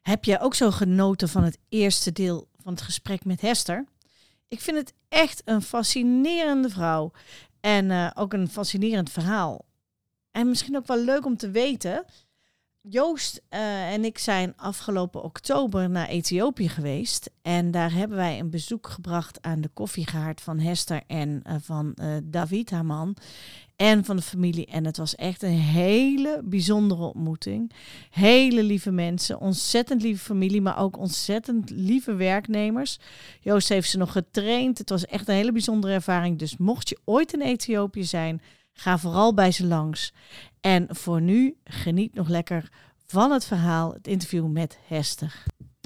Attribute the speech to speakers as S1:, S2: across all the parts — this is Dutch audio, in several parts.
S1: Heb jij ook zo genoten van het eerste deel van het gesprek met Hester? Ik vind het echt een fascinerende vrouw. En ook een fascinerend verhaal. En misschien ook wel leuk om te weten. Joost en ik zijn afgelopen oktober naar Ethiopië geweest. En daar hebben wij een bezoek gebracht aan de koffiegaard van Hester en van David, haar man. En van de familie. En het was echt een hele bijzondere ontmoeting. Hele lieve mensen. Ontzettend lieve familie. Maar ook ontzettend lieve werknemers. Joost heeft ze nog getraind. Het was echt een hele bijzondere ervaring. Dus mocht je ooit in Ethiopië zijn, ga vooral bij ze langs. En voor nu, geniet nog lekker van het verhaal. Het interview met Hester.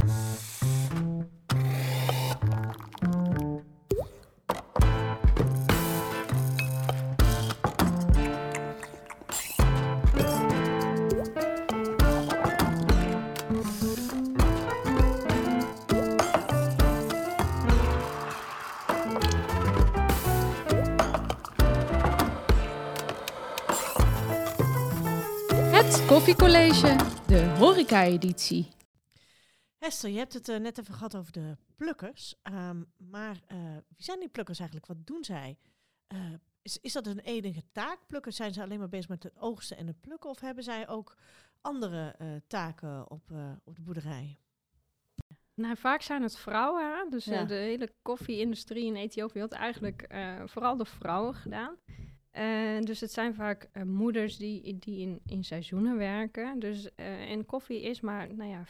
S2: Het Koffiecollege, de horeca-editie.
S1: Hester, je hebt het net even gehad over de plukkers. Maar wie zijn die plukkers eigenlijk? Wat doen zij? Is dat een enige taak? Plukkers, zijn ze alleen maar bezig met het oogsten en het plukken? Of hebben zij ook andere taken op de boerderij?
S2: Nou, vaak zijn het vrouwen. Hè? Dus
S1: Ja.
S2: de hele koffie-industrie in Ethiopië had eigenlijk vooral door vrouwen gedaan. Dus het zijn vaak moeders die in seizoenen werken. Dus, en koffie is maar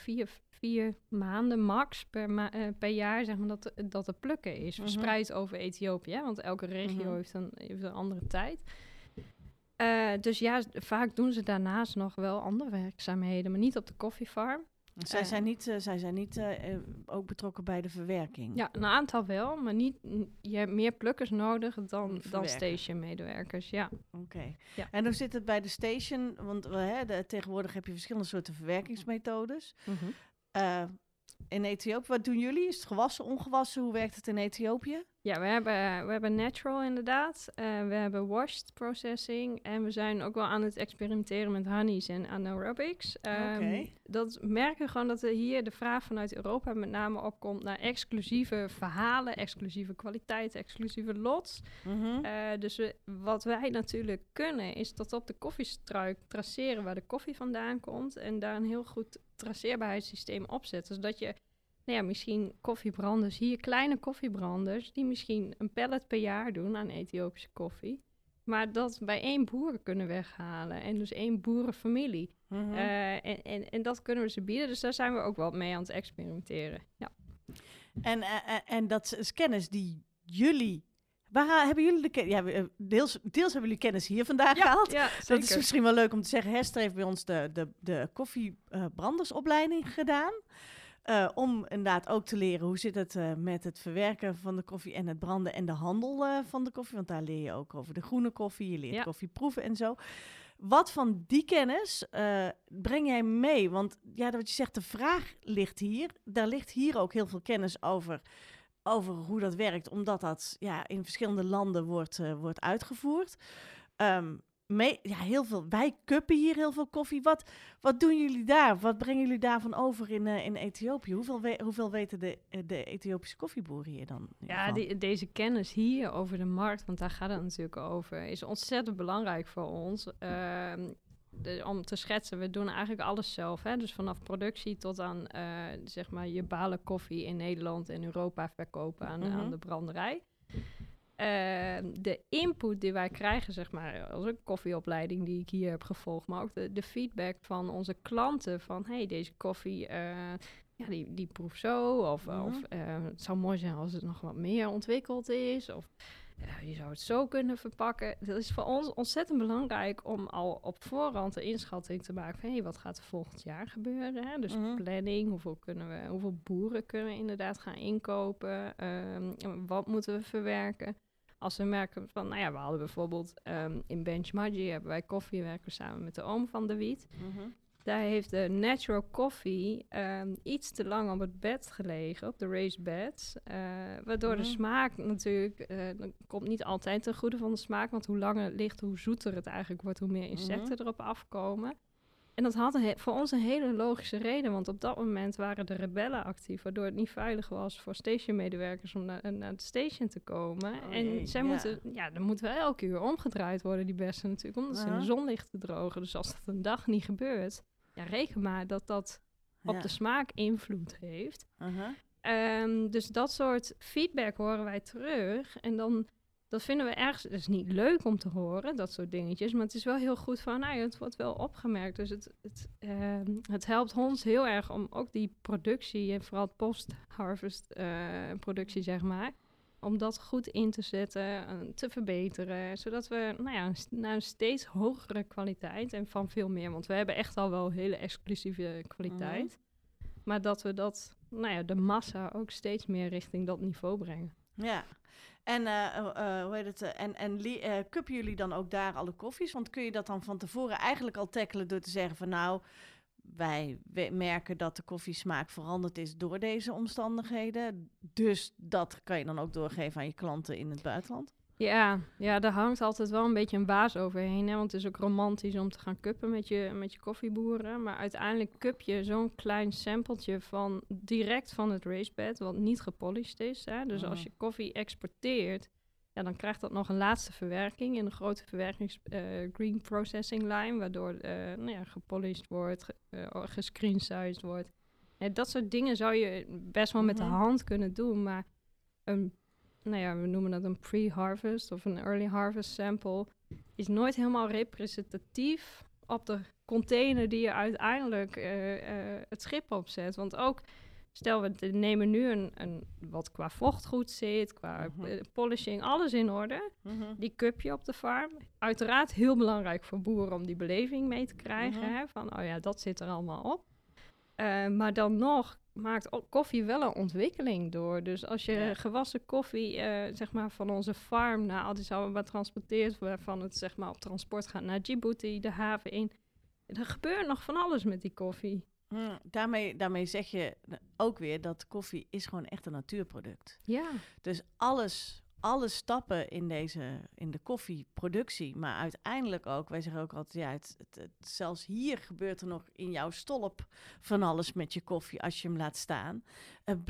S2: 4 maanden max per jaar, zeg maar, dat te plukken is. Verspreid over Ethiopië, hè? Want elke regio heeft een andere tijd. Dus ja, vaak doen ze daarnaast nog wel andere werkzaamheden, maar niet op de koffiefarm.
S1: Zij zijn niet ook betrokken bij de verwerking?
S2: Ja, een aantal wel, maar niet. Je hebt meer plukkers nodig dan
S1: verwerken.
S2: station-medewerkers, ja.
S1: Oké.
S2: Ja.
S1: En hoe zit het bij de station? Want tegenwoordig heb je verschillende soorten verwerkingsmethodes. In Ethiopië, wat doen jullie? Is het gewassen, ongewassen? Hoe werkt het in Ethiopië?
S2: Ja, we hebben natural inderdaad. We hebben washed processing. En we zijn ook wel aan het experimenteren met honeys en anaerobics. Dat merken we gewoon dat er hier de vraag vanuit Europa met name opkomt naar exclusieve verhalen, exclusieve kwaliteit, exclusieve lots. Dus wat wij natuurlijk kunnen is tot op de koffiestruik traceren waar de koffie vandaan komt. En daar een heel goed traceerbaarheidssysteem op zetten. Zodat je misschien koffiebranders hier, kleine koffiebranders, die misschien een pallet per jaar doen aan Ethiopische koffie. Maar dat bij 1 boer kunnen weghalen. En dus 1 boerenfamilie. En dat kunnen we ze bieden. Dus daar zijn we ook wel mee aan het experimenteren. Ja.
S1: En dat is kennis die jullie... Waar hebben jullie de kennis? Ja, deels hebben jullie kennis hier vandaan gehaald.
S2: Ja,
S1: dat is misschien wel leuk om te zeggen. Hester heeft bij ons de koffiebrandersopleiding gedaan. Om inderdaad ook te leren hoe zit het met het verwerken van de koffie en het branden en de handel van de koffie. Want daar leer je ook over de groene koffie, je leert koffie proeven en zo. Wat van die kennis breng jij mee? Want ja, wat je zegt, de vraag ligt hier. Daar ligt hier ook heel veel kennis over hoe dat werkt. Omdat dat in verschillende landen wordt uitgevoerd. Heel veel. Wij cuppen hier heel veel koffie. Wat doen jullie daar? Wat brengen jullie daarvan over in Ethiopië? Hoeveel weten de Ethiopische koffieboeren hier dan?
S2: Ja, deze kennis hier over de markt, want daar gaat het natuurlijk over, is ontzettend belangrijk voor ons. Om te schetsen, we doen eigenlijk alles zelf. Hè? Dus vanaf productie tot aan je balen koffie in Nederland en Europa verkopen aan de branderij. De input die wij krijgen, zeg maar, als een koffieopleiding die ik hier heb gevolgd, maar ook de feedback van onze klanten van, hey, deze koffie, die proeft zo, of het zou mooi zijn als het nog wat meer ontwikkeld is, of je zou het zo kunnen verpakken. Dat is voor ons ontzettend belangrijk om al op voorhand een inschatting te maken van, hey, wat gaat er volgend jaar gebeuren? Hè? Dus planning, hoeveel boeren kunnen we inderdaad gaan inkopen? Wat moeten we verwerken? Als we merken van, we hadden bijvoorbeeld in Benchmargi hebben wij koffiewerken samen met de oom van David. Daar heeft de natural coffee iets te lang op het bed gelegen, op de raised beds. Waardoor de smaak natuurlijk, komt niet altijd ten goede van de smaak. Want hoe langer het ligt, hoe zoeter het eigenlijk wordt, hoe meer insecten erop afkomen. En dat had voor ons een hele logische reden, want op dat moment waren de rebellen actief, waardoor het niet veilig was voor stationmedewerkers om naar het station te komen. En zij moeten, dan moeten wel elke uur omgedraaid worden, die bessen natuurlijk, omdat ze in de zon ligt te drogen. Dus als dat een dag niet gebeurt, reken maar dat op de smaak invloed heeft. Dus dat soort feedback horen wij terug. En dan, dat vinden we ergens... Het is niet leuk om te horen, dat soort dingetjes. Maar het is wel heel goed van... het wordt wel opgemerkt. Dus het helpt ons heel erg om ook die productie... en vooral post-harvest productie, zeg maar... om dat goed in te zetten, te verbeteren. Zodat we naar een steeds hogere kwaliteit... en van veel meer... want we hebben echt al wel hele exclusieve kwaliteit... Maar dat we de massa ook steeds meer richting dat niveau brengen.
S1: Ja, en hoe heet het? Cuppen jullie dan ook daar alle koffies? Want kun je dat dan van tevoren eigenlijk al tackelen door te zeggen van wij merken dat de koffiesmaak veranderd is door deze omstandigheden. Dus dat kan je dan ook doorgeven aan je klanten in het buitenland? Ja,
S2: daar hangt altijd wel een beetje een baas overheen. Hè? Want het is ook romantisch om te gaan cuppen met je koffieboeren. Maar uiteindelijk cup je zo'n klein sampletje direct van het racebed, wat niet gepolished is. Hè? Dus als je koffie exporteert, dan krijgt dat nog een laatste verwerking in een grote green processing line, waardoor gepolished wordt, gescreensized wordt. Dat soort dingen zou je best wel met de hand kunnen doen, maar we noemen dat een pre-harvest of een early harvest sample, is nooit helemaal representatief op de container die je uiteindelijk het schip opzet. Want ook, stel we nemen nu een wat qua vocht goed zit, qua polishing, alles in orde. Die cup je op de farm. Uiteraard heel belangrijk voor boeren om die beleving mee te krijgen. Hè, van, dat zit er allemaal op. Maar dan nog maakt koffie wel een ontwikkeling door. Dus als je gewassen koffie zeg maar van onze farm naar Addis Ababa transporteert, waarvan het zeg maar op transport gaat naar Djibouti, de haven in, er gebeurt nog van alles met die koffie.
S1: Daarmee zeg je ook weer dat koffie is gewoon echt een natuurproduct.
S2: Ja.
S1: Dus alle stappen in de koffieproductie, maar uiteindelijk ook, wij zeggen ook altijd, zelfs hier gebeurt er nog in jouw stolp van alles met je koffie als je hem laat staan. Het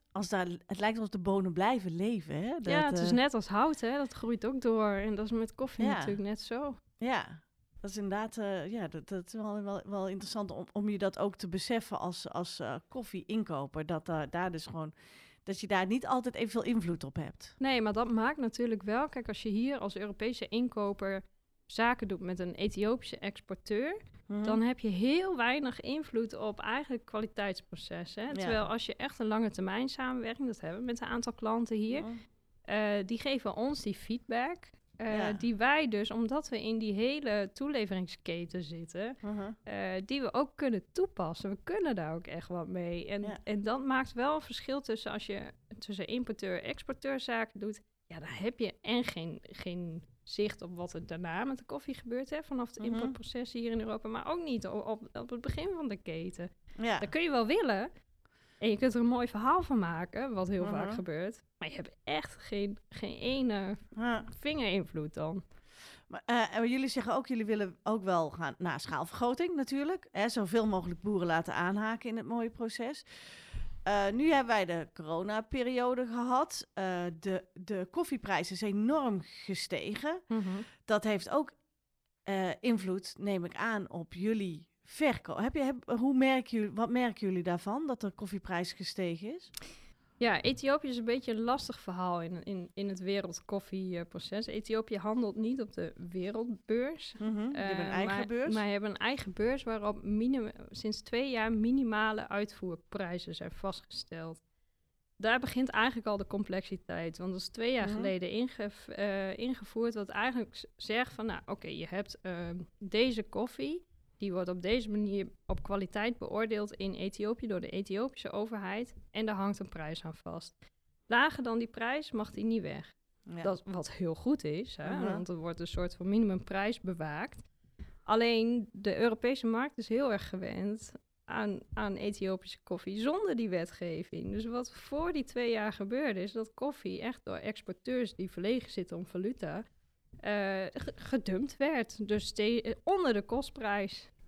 S1: lijkt alsof de bonen blijven leven. Hè?
S2: Het is net als hout, hè? Dat groeit ook door. En dat is met koffie natuurlijk net zo.
S1: Ja, dat is inderdaad, dat is wel interessant om je dat ook te beseffen als koffie-inkoper, dat daar dus gewoon, dat je daar niet altijd evenveel invloed op hebt.
S2: Nee, maar dat maakt natuurlijk wel, kijk, als je hier als Europese inkoper zaken doet met een Ethiopische exporteur, dan heb je heel weinig invloed op eigenlijk kwaliteitsprocessen. Hè? Terwijl als je echt een lange termijn samenwerking, dat hebben we met een aantal klanten hier, die geven ons die feedback. Die wij dus, omdat we in die hele toeleveringsketen zitten, die we ook kunnen toepassen. We kunnen daar ook echt wat mee. En dat maakt wel een verschil tussen als je tussen importeur-exporteur zaken doet. Ja, dan heb je geen zicht op wat er daarna met de koffie gebeurt, hè, vanaf het importproces hier in Europa, maar ook niet op het begin van de keten. Ja. Dat kun je wel willen. En je kunt er een mooi verhaal van maken, wat heel vaak gebeurt. Maar je hebt echt geen ene vingerinvloed dan.
S1: Maar jullie zeggen ook, jullie willen ook wel gaan naar schaalvergroting natuurlijk. Hè, zoveel mogelijk boeren laten aanhaken in het mooie proces. Nu hebben wij de coronaperiode gehad. De koffieprijs is enorm gestegen. Dat heeft ook invloed, neem ik aan, op jullie verkoop. Wat merken jullie daarvan, dat de koffieprijs gestegen is?
S2: Ja, Ethiopië is een beetje een lastig verhaal in het wereldkoffieproces. Ethiopië handelt niet op de wereldbeurs.
S1: Die hebben een eigen beurs.
S2: Maar hebben een eigen beurs waarop sinds 2 jaar minimale uitvoerprijzen zijn vastgesteld. Daar begint eigenlijk al de complexiteit. Want dat is 2 jaar geleden ingevoerd, wat eigenlijk zegt van, je hebt deze koffie, die wordt op deze manier op kwaliteit beoordeeld in Ethiopië door de Ethiopische overheid. En daar hangt een prijs aan vast. Lager dan die prijs mag die niet weg. Ja. Dat wat heel goed is, hè? Want er wordt een soort van minimumprijs bewaakt. Alleen de Europese markt is heel erg gewend aan Ethiopische koffie zonder die wetgeving. Dus wat voor die 2 jaar gebeurde is dat koffie echt door exporteurs die verlegen zitten om valuta gedumpt werd. Dus onder de kostprijs.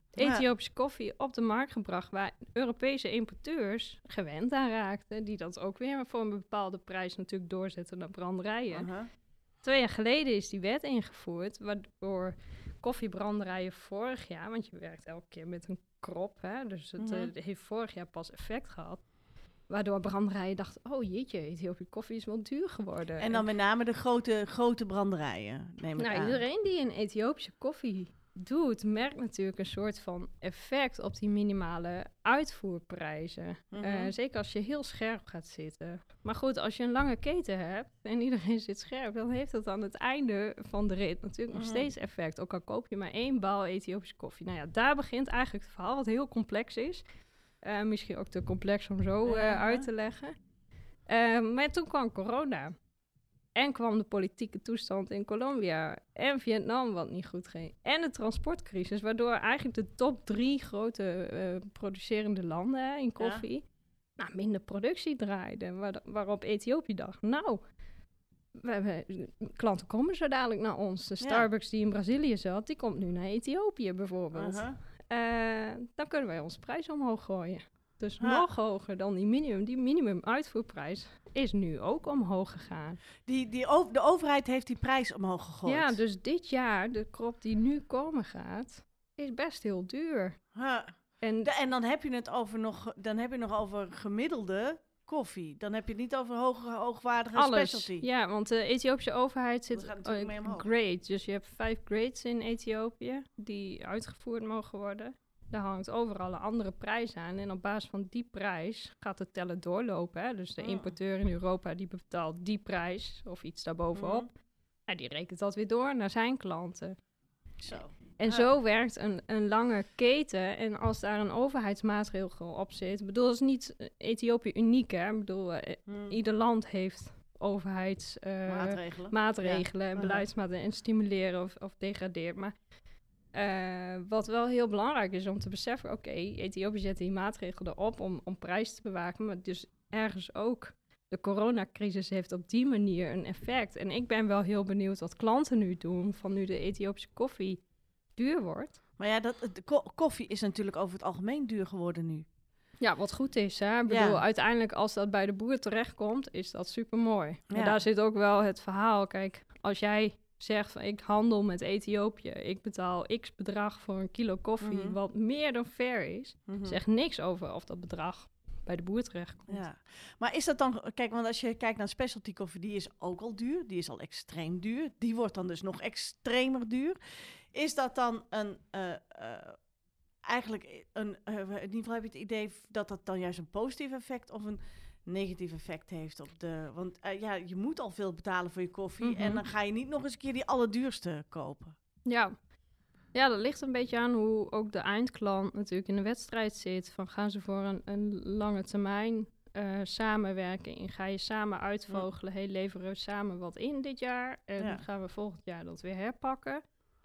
S2: Ethiopische koffie op de markt gebracht waar Europese importeurs gewend aan raakten, die dat ook weer voor een bepaalde prijs natuurlijk doorzetten naar branderijen. 2 jaar geleden is die wet ingevoerd, waardoor koffiebranderijen vorig jaar, want je werkt elke keer met een krop, hè, dus het heeft vorig jaar pas effect gehad, waardoor branderijen dachten, oh jeetje, Ethiopische koffie is wel duur geworden.
S1: En dan met name de grote branderijen, neem ik aan.
S2: Iedereen die een Ethiopische koffie doet, merkt natuurlijk een soort van effect op die minimale uitvoerprijzen. Zeker als je heel scherp gaat zitten. Maar goed, als je een lange keten hebt en iedereen zit scherp, dan heeft dat aan het einde van de rit natuurlijk nog steeds effect. Ook al koop je maar 1 bal Ethiopische koffie. Nou ja, daar begint eigenlijk het verhaal, wat heel complex is. Misschien ook te complex om zo uit te leggen. Maar toen kwam corona. En kwam de politieke toestand in Colombia en Vietnam wat niet goed ging. En de transportcrisis, waardoor eigenlijk de top 3 grote producerende landen in koffie minder productie draaiden. Waarop Ethiopië dacht, klanten komen zo dadelijk naar ons. De Starbucks die in Brazilië zat, die komt nu naar Ethiopië bijvoorbeeld. Dan kunnen wij onze prijs omhoog gooien. Dus nog hoger dan die minimum uitvoerprijs is nu ook omhoog gegaan.
S1: De overheid heeft die prijs omhoog gegooid.
S2: Ja, dus dit jaar, de krop die nu komen gaat, is best heel duur. En
S1: dan heb je het nog over gemiddelde koffie. Dan heb je het niet over hoogwaardige specialty.
S2: Ja, want de Ethiopische overheid zit grade. Dus je hebt 5 grades in Ethiopië die uitgevoerd mogen worden. Daar hangt overal een andere prijs aan. En op basis van die prijs gaat de teller doorlopen. Hè? Dus de importeur in Europa die betaalt die prijs of iets daarbovenop. En die rekent dat weer door naar zijn klanten. Zo werkt een lange keten. En als daar een overheidsmaatregel op zit... Ik bedoel, dat is niet Ethiopië uniek, hè? Ik bedoel, ieder land heeft overheidsmaatregelen en beleidsmaatregelen en stimuleren of degradeert. Maar wat wel heel belangrijk is om te beseffen... Oké, Ethiopië zet die maatregelen erop om prijs te bewaken... maar dus ergens ook de coronacrisis heeft op die manier een effect. En ik ben wel heel benieuwd wat klanten nu doen... van nu de Ethiopische koffie duur wordt.
S1: Maar ja, koffie is natuurlijk over het algemeen duur geworden nu.
S2: Ja, wat goed is. Hè? Ik bedoel, uiteindelijk als dat bij de boer terechtkomt, is dat supermooi. Maar daar zit ook wel het verhaal. Kijk, als jij zegt van ik handel met Ethiopië, ik betaal x bedrag voor een kilo koffie, wat meer dan fair is, zegt niks over of dat bedrag bij de boer terechtkomt.
S1: Ja, maar is dat dan... Kijk, want als je kijkt naar specialty koffie, die is ook al duur. Die is al extreem duur. Die wordt dan dus nog extremer duur. Is dat dan eigenlijk in ieder geval heb je het idee dat dat dan juist een positief effect of een negatief effect heeft op de... Want je moet al veel betalen voor je koffie en dan ga je niet nog eens een keer die allerduurste kopen.
S2: Ja, dat ligt een beetje aan hoe ook de eindklant natuurlijk in de wedstrijd zit. Van gaan ze voor een lange termijn samenwerking? Ga je samen uitvogelen? Hey, leveren we samen wat in dit jaar? En gaan we volgend jaar dat weer herpakken?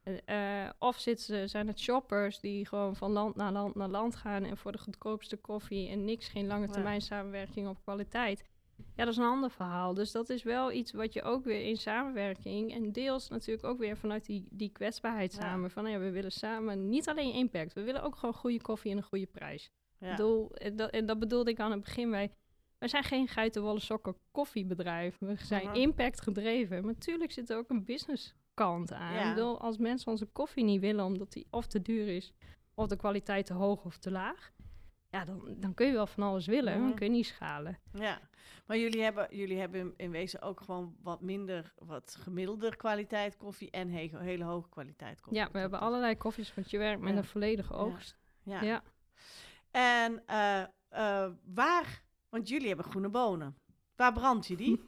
S2: Of zijn het shoppers die gewoon van land naar land naar land gaan... en voor de goedkoopste koffie en geen lange termijn samenwerking op kwaliteit. Ja, dat is een ander verhaal. Dus dat is wel iets wat je ook weer in samenwerking... en deels natuurlijk ook weer vanuit die kwetsbaarheid samen... van we willen samen niet alleen impact... we willen ook gewoon goede koffie en een goede prijs. Ja. Dat bedoelde ik aan het begin. Wij zijn geen geitenwolle sokken koffiebedrijf. We zijn impact gedreven. Maar natuurlijk zit er ook een business kant aan. Ik bedoel, als mensen onze koffie niet willen... omdat die of te duur is... of de kwaliteit te hoog of te laag... ja, dan kun je wel van alles willen. Dan kun je niet schalen.
S1: Ja, maar jullie hebben in wezen ook gewoon wat gemiddelder kwaliteit koffie... en hele hoge kwaliteit koffie.
S2: Ja, we hebben allerlei koffies, want je werkt met een volledige oogst. Ja.
S1: En waar... Want jullie hebben groene bonen. Waar brand je die?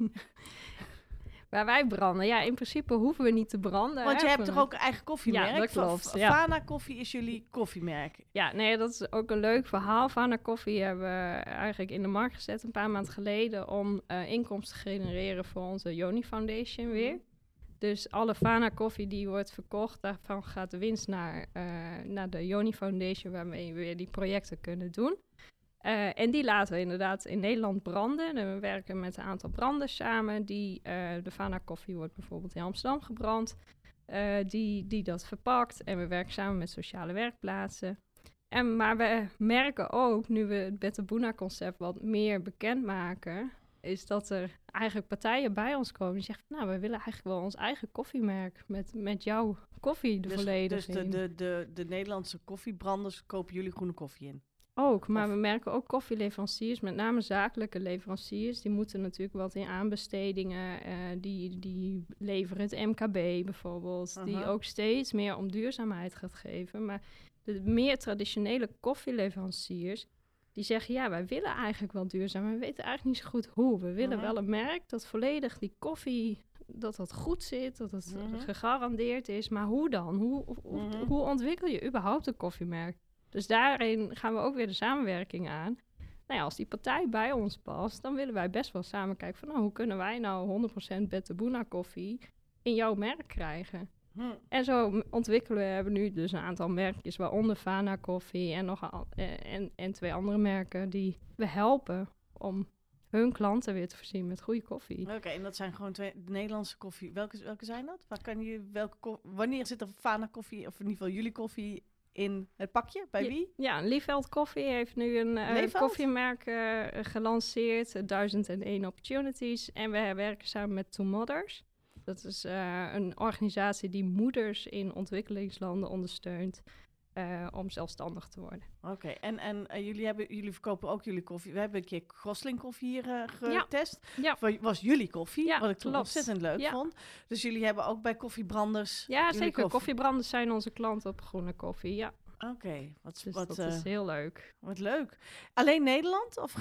S2: Waar wij branden. Ja, in principe hoeven we niet te branden.
S1: Want je hebt toch ook een eigen koffiemerk?
S2: Ja, dat klopt.
S1: Fana Koffie is jullie koffiemerk.
S2: Ja, nee, dat is ook een leuk verhaal. Fana Koffie hebben we eigenlijk in de markt gezet een paar maanden geleden... om inkomsten te genereren voor onze Yoni Foundation weer. Dus alle Fana Koffie die wordt verkocht, daarvan gaat de winst naar de Yoni Foundation... waarmee we weer die projecten kunnen doen. En die laten we inderdaad in Nederland branden. En we werken met een aantal branders samen. De Fana Koffie wordt bijvoorbeeld in Amsterdam gebrand. Die dat verpakt. En we werken samen met sociale werkplaatsen. Maar we merken ook, nu we het Bette Boona concept wat meer bekendmaken, is dat er eigenlijk partijen bij ons komen die zeggen, nou, we willen eigenlijk wel ons eigen koffiemerk met jouw koffie volledig in.
S1: Dus de Nederlandse koffiebranders kopen jullie groene koffie in?
S2: Ook, maar we merken ook koffieleveranciers, met name zakelijke leveranciers, die moeten natuurlijk wat in aanbestedingen, die leveren het MKB bijvoorbeeld, die ook steeds meer om duurzaamheid gaat geven. Maar de meer traditionele koffieleveranciers, die zeggen, ja, wij willen eigenlijk wel duurzaam, maar we weten eigenlijk niet zo goed hoe. We willen wel een merk dat volledig die koffie, dat goed zit, dat het gegarandeerd is, maar hoe dan? Hoe ontwikkel je überhaupt een koffiemerk? Dus daarin gaan we ook weer de samenwerking aan. Nou ja, als die partij bij ons past, dan willen wij best wel samen kijken van, nou, hoe kunnen wij nou 100% Bette Boona koffie in jouw merk krijgen? En zo ontwikkelen we, hebben nu dus een aantal merkjes, waaronder Fana Koffie en 2 andere merken die we helpen om hun klanten weer te voorzien met goede koffie.
S1: Oké, en dat zijn gewoon 2 Nederlandse koffie. Welke zijn dat? Wanneer zit er Fana Koffie, of in ieder geval jullie koffie, in het pakje? Bij wie?
S2: Ja, Liefeld Koffie heeft nu een koffiemerk gelanceerd. 1001 Opportunities. En we werken samen met Two Mothers. Dat is een organisatie die moeders in ontwikkelingslanden ondersteunt om zelfstandig te worden.
S1: Oké, en jullie verkopen ook jullie koffie. We hebben een keer Gosling koffie hier getest.
S2: Ja.
S1: Was jullie koffie, wat ik toen
S2: klopt.
S1: ontzettend leuk vond. Dus jullie hebben ook bij koffiebranders...
S2: Ja, zeker. Koffiebranders zijn onze klanten op groene koffie, ja.
S1: Oké,
S2: dat is heel leuk.
S1: Wat leuk. Alleen Nederland? Of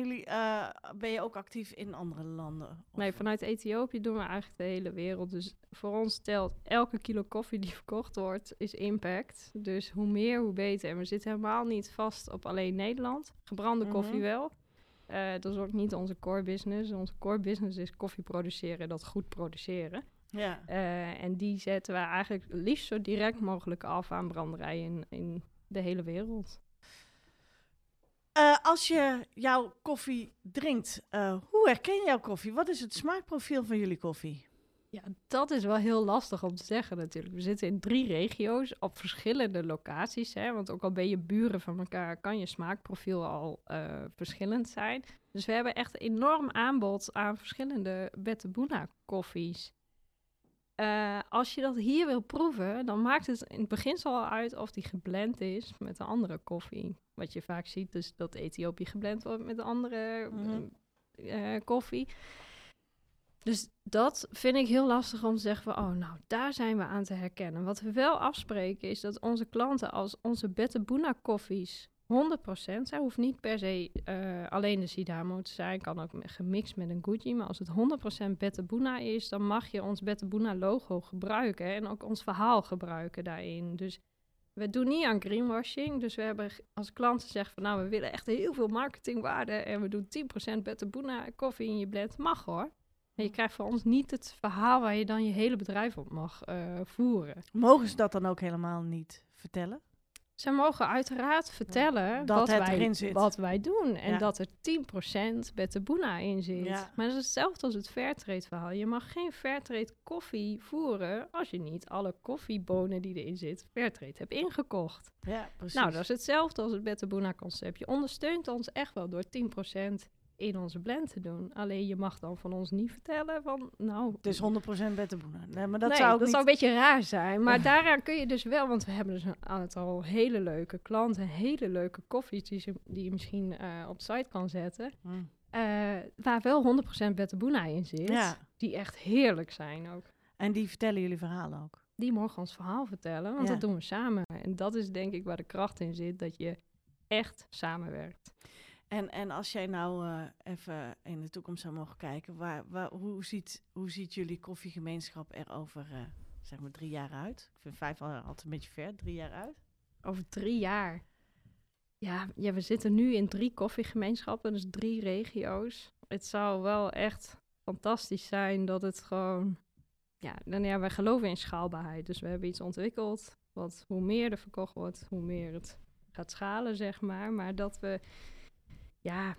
S1: ben je ook actief in andere landen?
S2: Nee, vanuit Ethiopië doen we eigenlijk de hele wereld. Dus voor ons telt elke kilo koffie die verkocht wordt, is impact. Dus hoe meer, hoe beter. En we zitten helemaal niet vast op alleen Nederland. Gebrande koffie wel. Dat is ook niet onze core business. Onze core business is koffie produceren en dat goed produceren.
S1: Ja.
S2: En die zetten we eigenlijk liefst zo direct mogelijk af aan branderijen in de hele wereld.
S1: Als je jouw koffie drinkt, hoe herken je jouw koffie? Wat is het smaakprofiel van jullie koffie?
S2: Ja, dat is wel heel lastig om te zeggen natuurlijk. We zitten in 3 regio's op verschillende locaties. Hè? Want ook al ben je buren van elkaar, kan je smaakprofiel al verschillend zijn. Dus we hebben echt een enorm aanbod aan verschillende Bette Boona koffies. Als je dat hier wil proeven, dan maakt het in het beginsel al uit of die geblend is met een andere koffie. Wat je vaak ziet, dus dat Ethiopië geblend wordt met een andere koffie. Dus dat vind ik heel lastig om te zeggen van, oh, nou, daar zijn we aan te herkennen. Wat we wel afspreken is dat onze klanten, als onze Bette Boona koffies 100% zijn, hoeft niet per se alleen de Sidamo te zijn, kan ook gemixt met een Gucci, maar als het 100% Bette Boona is, dan mag je ons Bette Boona logo gebruiken en ook ons verhaal gebruiken daarin. Dus we doen niet aan greenwashing, dus we hebben als klanten zeggen van, nou, we willen echt heel veel marketingwaarde en we doen 10% Bette Boona koffie in je blend, mag hoor. En je krijgt van ons niet het verhaal waar je dan je hele bedrijf op mag voeren.
S1: Mogen ze dat dan ook helemaal niet vertellen?
S2: Ze mogen uiteraard vertellen wat wij doen. En dat er 10% Bette Boona in zit. Ja. Maar dat is hetzelfde als het Fairtrade verhaal. Je mag geen Fairtrade koffie voeren als je niet alle koffiebonen die erin zitten Fairtrade hebt ingekocht.
S1: Ja, precies.
S2: Nou, dat is hetzelfde als het Bette Boona concept. Je ondersteunt ons echt wel door 10% in onze blend te doen. Alleen je mag dan van ons niet vertellen van, nou...
S1: Het is 100% Bette Boona. Nee, maar
S2: dat zou een beetje raar zijn. Maar daaraan kun je dus wel, want we hebben dus een aantal hele leuke klanten, hele leuke koffies die je misschien op de site kan zetten. Waar wel 100% Bette Boona in zit. Die echt heerlijk zijn ook.
S1: En die vertellen jullie verhalen ook?
S2: Die mogen ons verhaal vertellen, want dat doen we samen. En dat is denk ik waar de kracht in zit, dat je echt samenwerkt.
S1: En als jij nou even in de toekomst zou mogen kijken, hoe ziet jullie koffiegemeenschap er over zeg maar 3 jaar uit? Ik vind 5 altijd een beetje ver, 3 jaar uit.
S2: Over 3 jaar? Ja, we zitten nu in 3 koffiegemeenschappen, dus 3 regio's. Het zou wel echt fantastisch zijn dat het gewoon... wij geloven in schaalbaarheid. Dus we hebben iets ontwikkeld, wat hoe meer er verkocht wordt, hoe meer het gaat schalen, zeg maar. Maar dat we... Ja,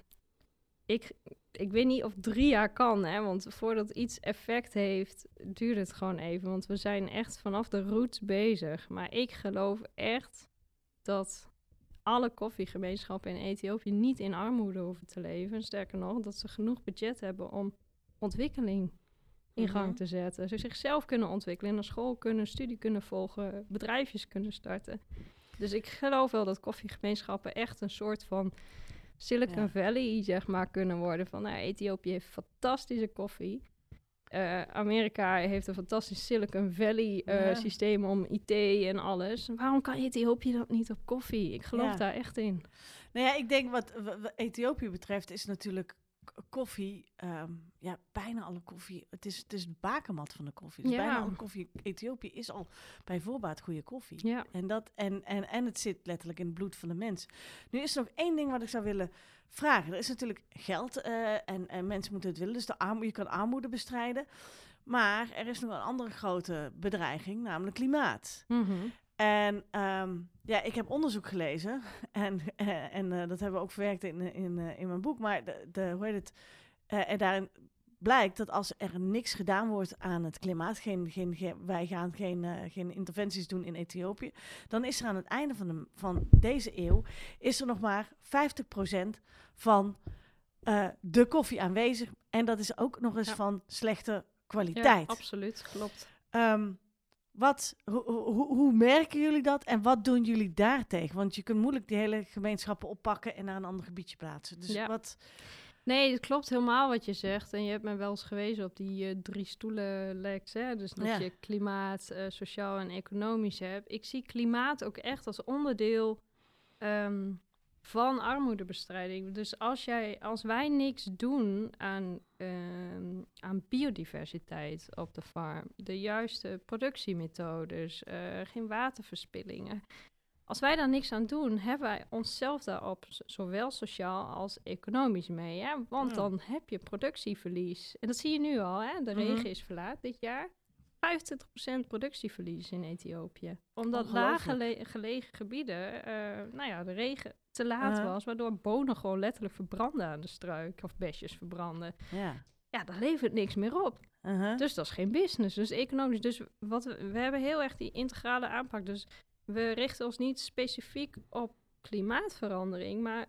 S2: ik weet niet of 3 jaar kan, hè, want voordat iets effect heeft, duurt het gewoon even. Want we zijn echt vanaf de roots bezig. Maar ik geloof echt dat alle koffiegemeenschappen in Ethiopië niet in armoede hoeven te leven. Sterker nog, dat ze genoeg budget hebben om ontwikkeling in gang te zetten. Ze zichzelf kunnen ontwikkelen, naar school kunnen, studie kunnen volgen, bedrijfjes kunnen starten. Dus ik geloof wel dat koffiegemeenschappen echt een soort van Silicon Valley, zeg maar, kunnen worden. Van, Ethiopië heeft fantastische koffie. Amerika heeft een fantastisch Silicon Valley systeem om IT en alles. Waarom kan Ethiopië dat niet op koffie? Ik geloof daar echt in.
S1: Nou ja, ik denk wat Ethiopië betreft is natuurlijk koffie, bijna alle koffie. Het is de bakermat van de koffie. Dus bijna alle koffie in Ethiopië is al bij voorbaat goede koffie. Ja. En het zit letterlijk in het bloed van de mens. Nu is er nog één ding wat ik zou willen vragen. Er is natuurlijk geld en mensen moeten het willen. Dus je kan armoede bestrijden. Maar er is nog een andere grote bedreiging, namelijk klimaat. Mm-hmm. En ik heb onderzoek gelezen en dat hebben we ook verwerkt in mijn boek. Maar hoe heet het? En daarin blijkt dat als er niks gedaan wordt aan het klimaat, wij gaan geen interventies doen in Ethiopië, dan is er aan het einde van deze eeuw is er nog maar 50% van de koffie aanwezig. En dat is ook nog eens van slechte kwaliteit.
S2: Ja, absoluut, klopt.
S1: Hoe merken jullie dat en wat doen jullie daartegen? Want je kunt moeilijk die hele gemeenschappen oppakken en naar een ander gebiedje plaatsen. Dus
S2: Nee, het klopt helemaal wat je zegt. En je hebt me wel eens gewezen op die 3 stoelen lex. Dus dat je klimaat, sociaal en economisch hebt. Ik zie klimaat ook echt als onderdeel van armoedebestrijding. Dus als wij niks doen aan biodiversiteit op de farm, de juiste productiemethodes, geen waterverspillingen. Als wij daar niks aan doen, hebben wij onszelf daarop zowel sociaal als economisch mee. Hè? Want dan heb je productieverlies. En dat zie je nu al. Hè? De regen is verlaat dit jaar. 25% productieverlies in Ethiopië. Omdat laag gelegen gebieden, de regen te laat was, waardoor bonen gewoon letterlijk verbranden aan de struik. Of besjes verbranden. Ja, daar levert niks meer op. Dus dat is geen business. Dus economisch. Dus we hebben heel erg die integrale aanpak. Dus we richten ons niet specifiek op klimaatverandering, maar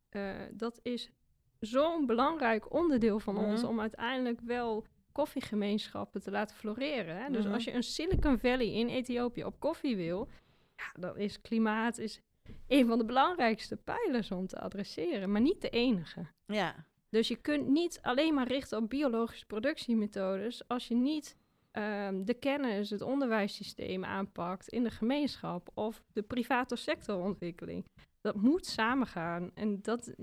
S2: dat is zo'n belangrijk onderdeel van ons om uiteindelijk wel koffiegemeenschappen te laten floreren. Hè? Dus als je een Silicon Valley in Ethiopië op koffie wil, dan is klimaat een van de belangrijkste pijlers om te adresseren, maar niet de enige. Ja. Dus je kunt niet alleen maar richten op biologische productiemethodes als je niet de kennis, het onderwijssysteem aanpakt in de gemeenschap of de private sectorontwikkeling. Dat moet samengaan. En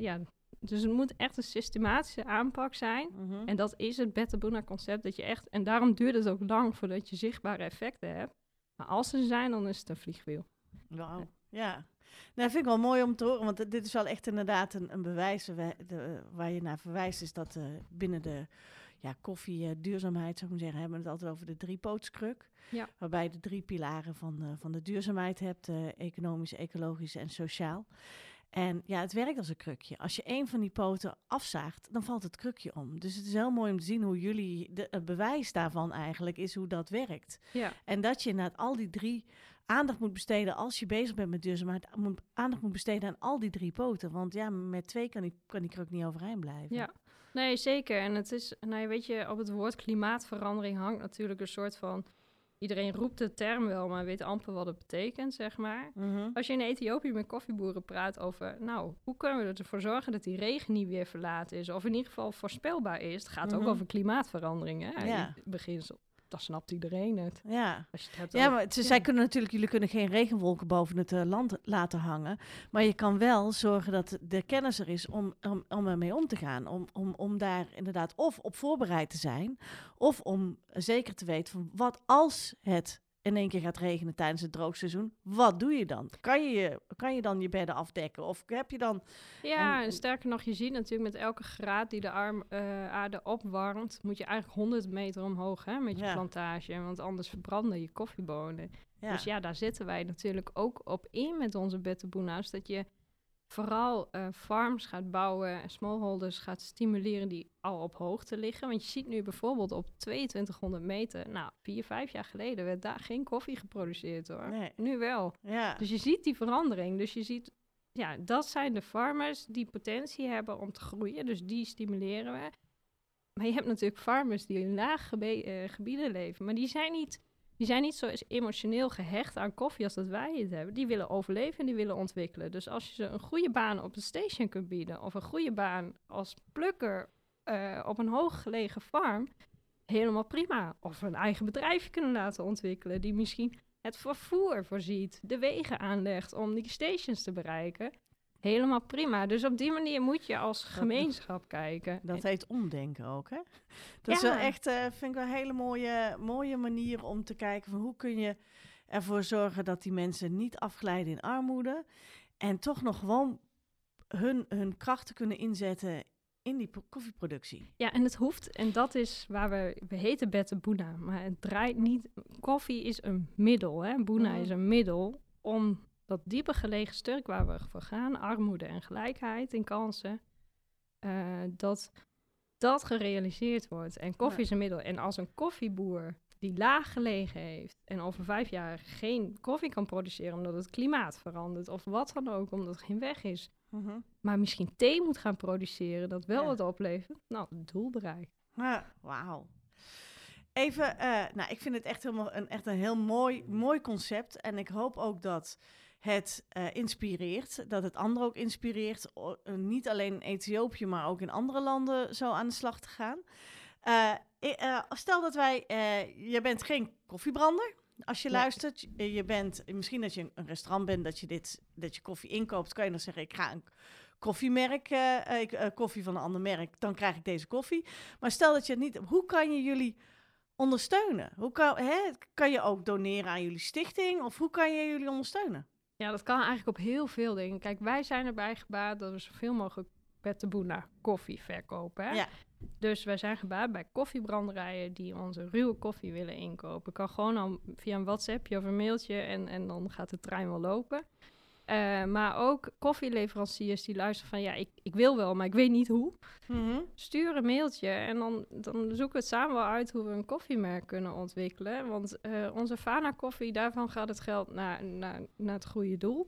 S2: dus het moet echt een systematische aanpak zijn. En dat is het Beta Buna concept dat je echt, en daarom duurt het ook lang voordat je zichtbare effecten hebt. Maar als ze zijn, dan is het een vliegwiel.
S1: Wauw, ja. Nou, dat vind ik wel mooi om te horen, want dit is wel echt inderdaad een bewijs waar je naar verwijst, is dat binnen de koffie-duurzaamheid, zou ik maar zeggen, hebben we het altijd over de 3-pootskruk. Ja. Waarbij je de 3 pilaren van de duurzaamheid hebt, economisch, ecologisch en sociaal. En ja, het werkt als een krukje. Als je 1 van die poten afzaagt, dan valt het krukje om. Dus het is heel mooi om te zien hoe jullie, het bewijs daarvan eigenlijk is hoe dat werkt. Ja. En dat je inderdaad al die 3 aandacht moet besteden als je bezig bent met duurzaamheid. Aandacht moet besteden aan al die 3 poten. Want ja, met 2 kan die kruk niet overeind blijven.
S2: Ja, nee, zeker. En het is, weet je, op het woord klimaatverandering hangt natuurlijk een soort van, iedereen roept de term wel, maar weet amper wat het betekent, zeg maar. Als je in Ethiopië met koffieboeren praat over, hoe kunnen we ervoor zorgen dat die regen niet weer verlaten is, of in ieder geval voorspelbaar is. Het gaat ook over klimaatverandering, hè? Ja. In het beginsel. Dat snapt iedereen het. Ja, als je het hebt
S1: maar zij kunnen natuurlijk, jullie kunnen geen regenwolken boven het land laten hangen. Maar je kan wel zorgen dat de kennis er is om ermee om te gaan. Om daar inderdaad of op voorbereid te zijn. Of om zeker te weten van wat als het in één keer gaat regenen tijdens het droogseizoen. Wat doe je dan? Kan je dan je bedden afdekken? Of heb je dan...
S2: Ja, en sterker nog, je ziet natuurlijk met elke graad die de aarde opwarmt, moet je eigenlijk 100 meter omhoog met je plantage. Want anders verbranden je koffiebonen. Ja. Dus ja, daar zitten wij natuurlijk ook op in met onze Beta Buna's. Dat je vooral farms gaat bouwen en smallholders gaat stimuleren die al op hoogte liggen. Want je ziet nu bijvoorbeeld op 2200 meter, 4-5 jaar geleden werd daar geen koffie geproduceerd hoor. Nee. Nu wel. Ja. Dus je ziet die verandering. Dus je ziet ja, dat zijn de farmers die potentie hebben om te groeien. Dus die stimuleren we. Maar je hebt natuurlijk farmers die in lage gebieden leven. Maar die zijn niet zo emotioneel gehecht aan koffie als dat wij het hebben. Die willen overleven en die willen ontwikkelen. Dus als je ze een goede baan op de station kunt bieden... of een goede baan als plukker op een hooggelegen farm... helemaal prima. Of een eigen bedrijfje kunnen laten ontwikkelen... die misschien het vervoer voorziet, de wegen aanlegt om die stations te bereiken... Helemaal prima. Dus op die manier moet je als gemeenschap kijken.
S1: Dat heet omdenken ook, hè? Dat is wel echt, vind ik wel een hele mooie manier om te kijken... van hoe kun je ervoor zorgen dat die mensen niet afglijden in armoede... en toch nog gewoon hun krachten kunnen inzetten in die koffieproductie.
S2: Ja, en het hoeft, en dat is waar we heten Bette Boona... maar het draait niet... Koffie is een middel, hè? Boona is een middel om... dat diepe gelegen stuk waar we voor gaan, armoede en gelijkheid in kansen, dat gerealiseerd wordt. En koffie is een middel. En als een koffieboer die laag gelegen heeft en over 5 jaar geen koffie kan produceren omdat het klimaat verandert of wat dan ook, omdat er geen weg is, maar misschien thee moet gaan produceren dat wel wat oplevert, nou, het doel bereikt.
S1: Wauw. Even, ik vind het echt een heel mooi concept en ik hoop ook dat het inspireert, dat het anderen ook inspireert, niet alleen in Ethiopië, maar ook in andere landen zo aan de slag te gaan. Stel dat je bent geen koffiebrander, als je luistert. Je bent, misschien dat je een restaurant bent, dat je koffie inkoopt, kan je dan zeggen, ik ga een koffiemerk, koffie van een ander merk, dan krijg ik deze koffie. Maar stel dat je het niet, hoe kan je jullie ondersteunen? Hoe kan je ook doneren aan jullie stichting, of hoe kan je jullie ondersteunen?
S2: Ja, dat kan eigenlijk op heel veel dingen. Kijk, wij zijn erbij gebaat dat we zoveel mogelijk Bette Boona koffie verkopen. Hè? Ja. Dus wij zijn gebaat bij koffiebranderijen die onze ruwe koffie willen inkopen. Kan gewoon al via een WhatsAppje of een mailtje en dan gaat de trein wel lopen. Maar ook koffieleveranciers die luisteren van... ja, ik wil wel, maar ik weet niet hoe. Stuur een mailtje en dan zoeken we het samen wel uit... hoe we een koffiemerk kunnen ontwikkelen. Want onze Fana koffie, daarvan gaat het geld naar het goede doel.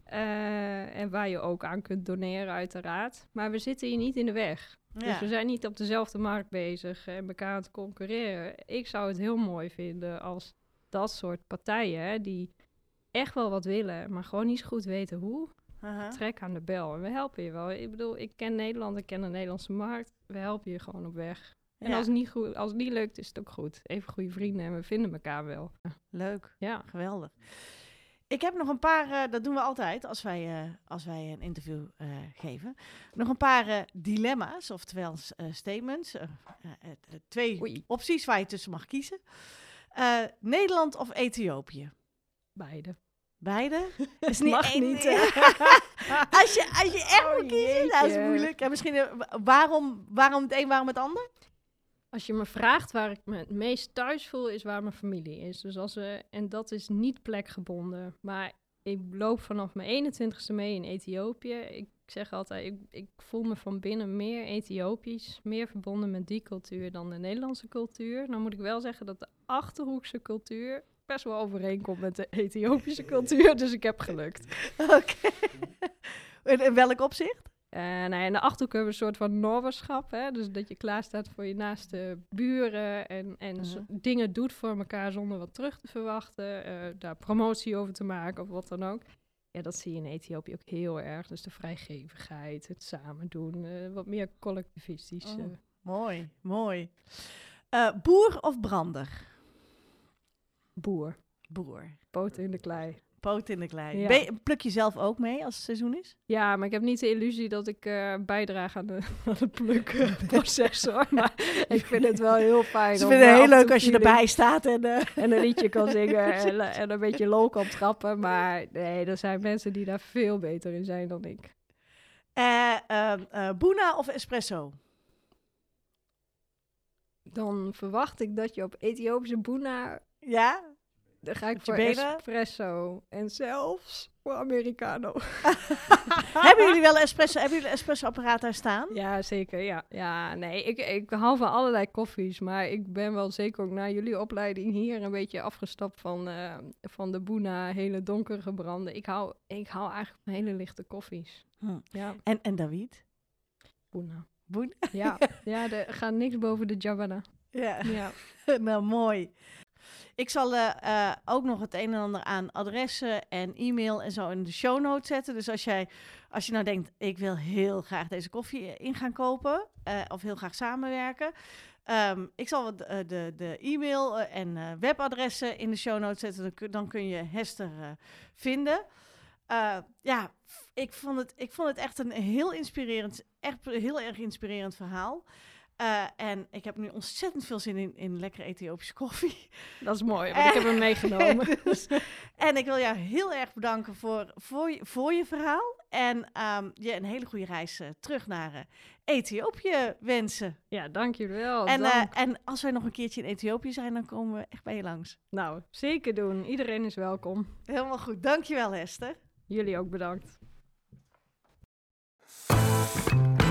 S2: En waar je ook aan kunt doneren uiteraard. Maar we zitten hier niet in de weg. Ja. Dus we zijn niet op dezelfde markt bezig en elkaar aan het concurreren. Ik zou het heel mooi vinden als dat soort partijen... Hè, die echt wel wat willen, maar gewoon niet zo goed weten hoe. Trek aan de bel en we helpen je wel. Ik bedoel, ik ken Nederland, ik ken de Nederlandse markt. We helpen je gewoon op weg. En als het niet lukt, is het ook goed. Even goede vrienden en we vinden elkaar wel.
S1: Leuk, geweldig. Ik heb nog een paar, dat doen we altijd als wij een interview geven. Nog een paar dilemma's, oftewel statements. 2 opties waar je tussen mag kiezen. Nederland of Ethiopië? Beide? Is niet
S2: mag
S1: één,
S2: niet.
S1: als je echt moet kiezen, dat is moeilijk. En misschien waarom het een, waarom het ander?
S2: Als je me vraagt waar ik me het meest thuis voel, is waar mijn familie is. Dus en dat is niet plekgebonden. Maar ik loop vanaf mijn 21ste mee in Ethiopië. Ik zeg altijd, ik voel me van binnen meer Ethiopisch, meer verbonden met die cultuur dan de Nederlandse cultuur. Nou moet ik wel zeggen dat de Achterhoekse cultuur best wel overeenkomt met de Ethiopische cultuur, dus ik heb gelukt.
S1: Oké. In welk opzicht?
S2: In de Achterhoek hebben we een soort van noberschap, hè? Dus dat je klaar staat voor je naaste buren en dingen doet voor elkaar zonder wat terug te verwachten, daar promotie over te maken of wat dan ook. Ja, dat zie je in Ethiopië ook heel erg. Dus de vrijgevigheid, het samen doen, wat meer collectivistisch.
S1: Mooi. Boer of brander?
S2: Boer. Poten in de klei.
S1: Ja. Pluk je zelf ook mee als het seizoen is?
S2: Ja, maar ik heb niet de illusie dat ik bijdraag aan het plukproces, hoor. Maar ik vind het wel heel fijn.
S1: Ze vinden het heel leuk als je erbij staat. En
S2: een liedje kan zingen en een beetje lol kan trappen. Maar nee, er zijn mensen die daar veel beter in zijn dan ik.
S1: Boona of espresso?
S2: Dan verwacht ik dat je op Ethiopische Boona...
S1: Ja?
S2: Dan ga ik voor espresso. En zelfs Voor Americano.
S1: Hebben jullie wel een espresso-apparaat daar staan?
S2: Ja, zeker. Ja, nee, ik hou van allerlei koffies. Maar ik ben wel zeker ook na jullie opleiding hier een beetje afgestapt van de Boona, hele donkere branden. Ik hou eigenlijk van hele lichte koffies. Ja,
S1: En David?
S2: Boona.
S1: Boen?
S2: Ja, er gaat niks boven de Javana. Ja.
S1: Nou, mooi. Ik zal ook nog het een en ander aan adressen en e-mail en zo in de show notes zetten. Dus als je nou denkt, ik wil heel graag deze koffie in gaan kopen of heel graag samenwerken. Ik zal de e-mail en webadressen in de show notes zetten. Dan kun je Hester vinden. Ik vond het echt een heel erg inspirerend verhaal. En ik heb nu ontzettend veel zin in lekkere Ethiopische koffie.
S2: Dat is mooi, want ik heb hem meegenomen.
S1: En ik wil jou heel erg bedanken voor je verhaal. En je een hele goede reis terug naar Ethiopië wensen.
S2: Ja, dank jullie wel.
S1: En als wij nog een keertje in Ethiopië zijn, dan komen we echt bij je langs.
S2: Nou, zeker doen. Iedereen is welkom.
S1: Helemaal goed. Dankjewel, Hester.
S2: Jullie ook bedankt.